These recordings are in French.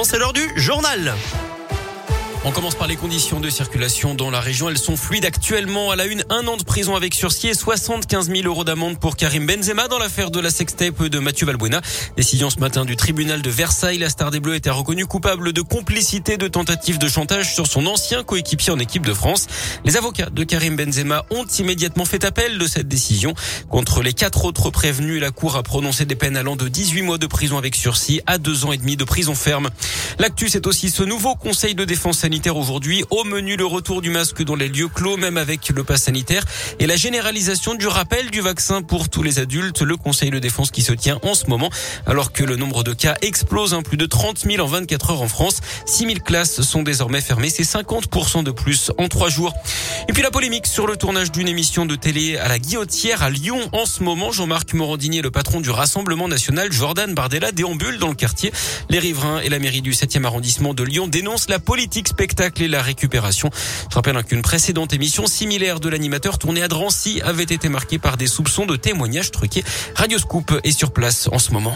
maintenant c'est l'heure du journal. On commence par les conditions de circulation dans la région. Elles sont fluides actuellement. À la une, 1 an de prison avec sursis et 75 000 € d'amende pour Karim Benzema dans l'affaire de la sextape de Mathieu Valbuena. Décision ce matin du tribunal de Versailles. La star des Bleus était reconnue coupable de complicité de tentative de chantage sur son ancien coéquipier en équipe de France. Les avocats de Karim Benzema ont immédiatement fait appel de cette décision. Contre les 4 autres prévenus, la Cour a prononcé des peines allant de 18 mois de prison avec sursis à 2 ans et demi de prison ferme. L'actu, c'est aussi ce nouveau conseil de défense sanitaire aujourd'hui. Au menu, le retour du masque dans les lieux clos, même avec le pass sanitaire, et la généralisation du rappel du vaccin pour tous les adultes. Le conseil de défense qui se tient en ce moment, alors que le nombre de cas explose, plus de 30 000 en 24 heures en France. 6 000 classes sont désormais fermées. C'est 50% de plus en 3 jours. Et puis la polémique sur le tournage d'une émission de télé à la Guillotière à Lyon en ce moment. Jean-Marc Morandini, le patron du Rassemblement national, Jordan Bardella, déambule dans le quartier. Les riverains et la mairie du 7e arrondissement de Lyon dénoncent la politique spectacle et la récupération. Je rappelle qu'une précédente émission similaire de l'animateur tournée à Drancy avait été marquée par des soupçons de témoignages truqués. Radio Scoop est sur place en ce moment.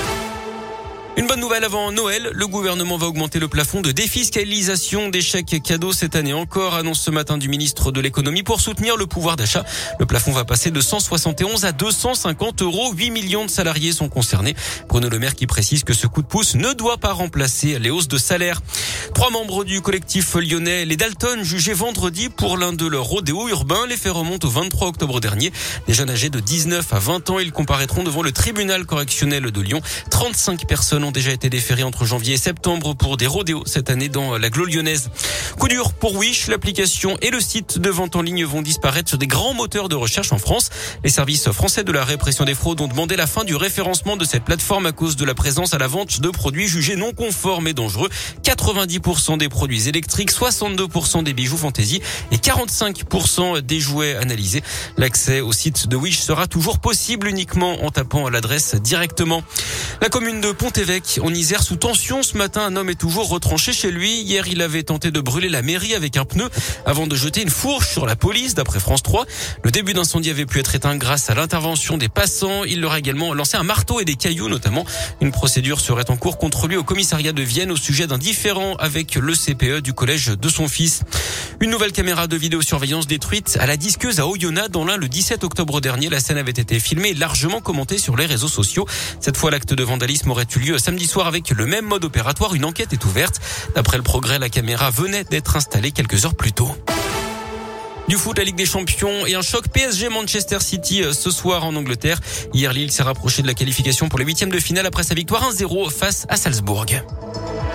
Une bonne nouvelle avant Noël, le gouvernement va augmenter le plafond de défiscalisation des chèques cadeaux cette année encore, annonce ce matin du ministre de l'économie pour soutenir le pouvoir d'achat. Le plafond va passer de 171 à 250 €. 8 millions de salariés sont concernés. Bruno Le Maire qui précise que ce coup de pouce ne doit pas remplacer les hausses de salaire. 3 membres du collectif lyonnais, les Dalton, jugés vendredi pour l'un de leurs rodéos urbains. Les faits remontent au 23 octobre dernier. Des jeunes âgés de 19 à 20 ans, ils comparaîtront devant le tribunal correctionnel de Lyon. 35 personnes ont déjà été déférés entre janvier et septembre pour des rodéos cette année dans l'agglo lyonnaise. Coup dur pour Wish, l'application et le site de vente en ligne vont disparaître sur des grands moteurs de recherche en France. Les services français de la répression des fraudes ont demandé la fin du référencement de cette plateforme à cause de la présence à la vente de produits jugés non conformes et dangereux. 90% des produits électriques, 62% des bijoux fantaisie et 45% des jouets analysés. L'accès au site de Wish sera toujours possible uniquement en tapant l'adresse directement. La commune de Pont-Évêque en Isère sous tension ce matin. Un homme est toujours retranché chez lui. Hier, il avait tenté de brûler la mairie avec un pneu avant de jeter une fourche sur la police, d'après France 3. Le début d'incendie avait pu être éteint grâce à l'intervention des passants. Il leur a également lancé un marteau et des cailloux notamment. Une procédure serait en cours contre lui au commissariat de Vienne au sujet d'un différend avec le CPE du collège de son fils. Une nouvelle caméra de vidéosurveillance détruite à la disqueuse à Oyonnax dans l'Ain le 17 octobre dernier. La scène avait été filmée et largement commentée sur les réseaux sociaux. Cette fois, l'acte de vandalisme aurait eu lieu samedi soir avec le même mode opératoire. Une enquête est ouverte. D'après le Progrès, la caméra venait d'être installée quelques heures plus tôt. Du foot, la Ligue des Champions et un choc PSG Manchester City ce soir en Angleterre. Hier, Lille s'est rapproché de la qualification pour les 8e de finale après sa victoire 1-0 face à Salzbourg.